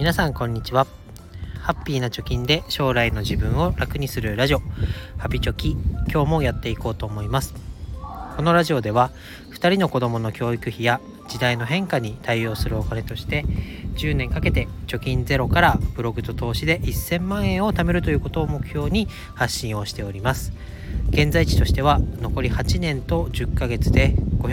皆さんこんにちは。ハッピーな貯金で将来の自分を楽にするラジオ、ハピチョキ、今日もやっていこうと思います。このラジオでは2人の子供の教育費や時代の変化に対応するお金として10年かけて貯金ゼロからブログと投資で1000万円を貯めるということを目標に発信をしております。現在地としては残り8年と10ヶ月で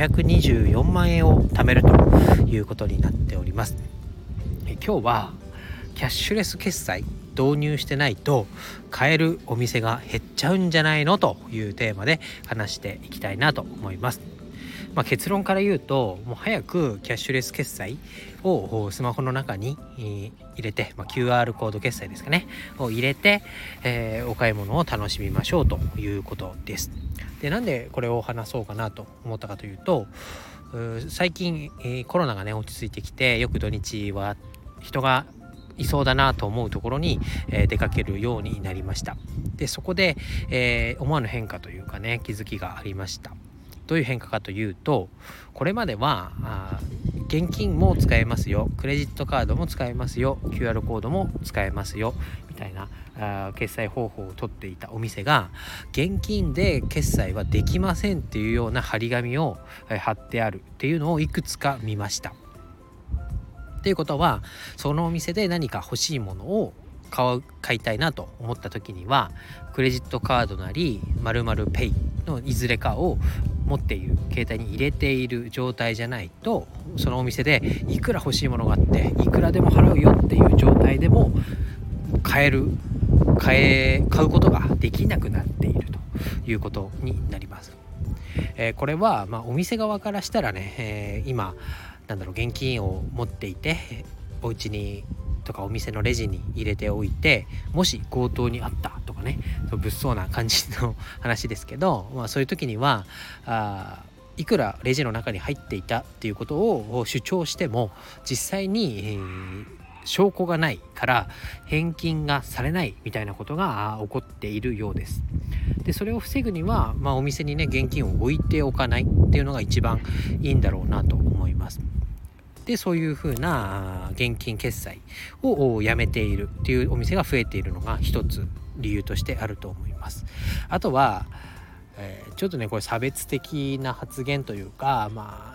524万円を貯めるということになっております。今日はキャッシュレス決済導入してないと買えるお店が減っちゃうんじゃないのというテーマで話していきたいなと思います。結論から言うと、もう早くキャッシュレス決済をスマホの中に入れて、QR コード決済ですかねを入れて、お買い物を楽しみましょうということです。で、なんでこれを話そうかなと思ったかというと、最近、コロナがね落ち着いてきて、よく土日は人がいそうだなと思うところに、出かけるようになりました。で、そこで、思わぬ変化というかね、気づきがありました。どういう変化かというと、これまでは現金も使えますよ、クレジットカードも使えますよ、 QR コードも使えますよみたいな決済方法を取っていたお店が、現金で決済はできませんっていうような張り紙を貼ってあるっていうのをいくつか見ました。ということは、そのお店で何か欲しいものを買いたいなと思った時には、クレジットカードなり〇〇ペイのいずれかを持っている、携帯に入れている状態じゃないと、そのお店でいくら欲しいものがあっていくらでも払うよっていう状態でも買うことができなくなっているということになります。これはお店側からしたらね、今現金を持っていてお家にとかお店のレジに入れておいて、もし強盗にあったとかね、物騒な感じの話ですけど、そういう時にはいくらレジの中に入っていたっていうことを主張しても、実際に、証拠がないから返金がされないみたいなことが起こっているようです。で、それを防ぐには、お店にね現金を置いておかないっていうのが一番いいんだろうなと思います。で、そういう風な現金決済をやめているっていうお店が増えているのが一つ理由としてあると思います。あとは、ちょっとねこれ差別的な発言というか、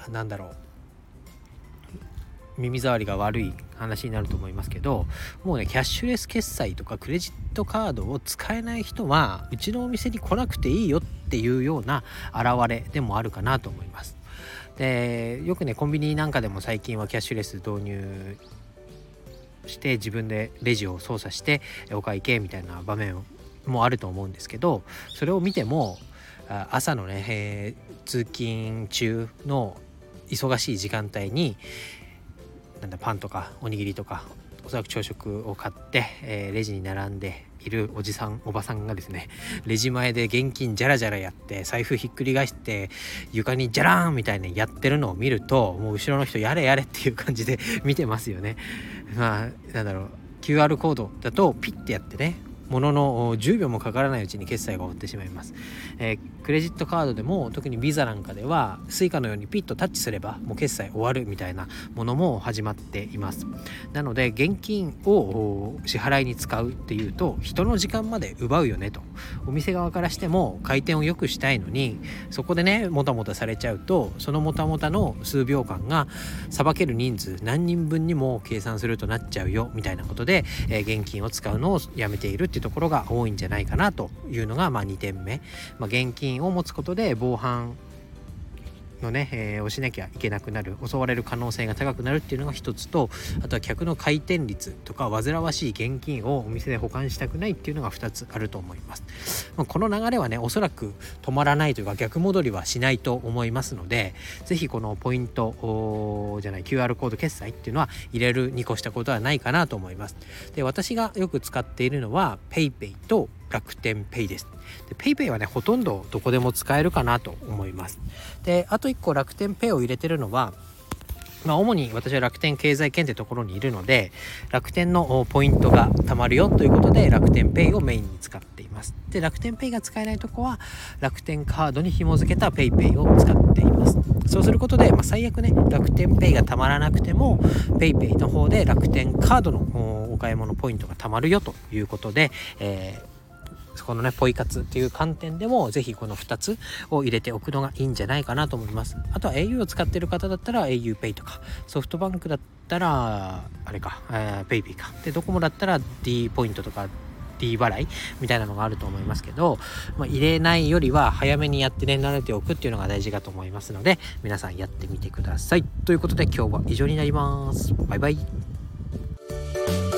耳障りが悪い話になると思いますけど、もうねキャッシュレス決済とかクレジットカードを使えない人はうちのお店に来なくていいよっていうような表れでもあるかなと思います。で、よくねコンビニなんかでも最近はキャッシュレス導入して自分でレジを操作してお会計みたいな場面もあると思うんですけど、それを見ても朝のね、通勤中の忙しい時間帯にパンとかおにぎりとかおそらく朝食を買って、レジに並んでいるおじさんおばさんがですね、レジ前で現金ジャラジャラやって財布ひっくり返して床にジャラーンみたいにやってるのを見ると、もう後ろの人やれやれっていう感じで見てますよね。QR コードだとピッてやってね、ものの10秒もかからないうちに決済が終わってしまいます。クレジットカードでも特にビザなんかではスイカのようにピッとタッチすればもう決済終わるみたいなものも始まっています。なので現金を支払いに使うっていうと人の時間まで奪うよねと、お店側からしても回転を良くしたいのに、そこでねもたもたされちゃうと、そのもたもたの数秒間がさばける人数何人分にも計算するとなっちゃうよみたいなことで、現金を使うのをやめているっていうところが多いんじゃないかなというのが2点目。現金を持つことで防犯のね、をしなきゃいけなくなる、襲われる可能性が高くなるっていうのが一つと、あとは客の回転率とか煩わしい現金をお店で保管したくないっていうのが2つあると思います。この流れはねおそらく止まらないというか逆戻りはしないと思いますので、ぜひこのポイントQR コード決済っていうのは入れるに越したことはないかなと思います。で、私がよく使っているのは PayPay と楽天ペイです。で、ペイペイはねほとんどどこでも使えるかなと思います。で、あと1個楽天ペイを入れてるのは、主に私は楽天経済圏ってところにいるので、楽天のポイントが貯まるよということで楽天ペイをメインに使っています。で、楽天ペイが使えないとこは楽天カードに紐付けたペイペイを使っています。そそうすることで、最悪ね楽天ペイがたまらなくてもペイペイの方で楽天カードのお買い物ポイントがたまるよということで、そこのねポイ活っていう観点でもぜひこの2つを入れておくのがいいんじゃないかなと思います。あとは au を使ってる方だったら auPay とか、ソフトバンクだったらあれか、PayPay かで、ドコモだったら D ポイントとか D 払いみたいなのがあると思いますけど、入れないよりは早めにやってね慣れておくっていうのが大事かと思いますので、皆さんやってみてください。ということで今日は以上になります。バイバイ。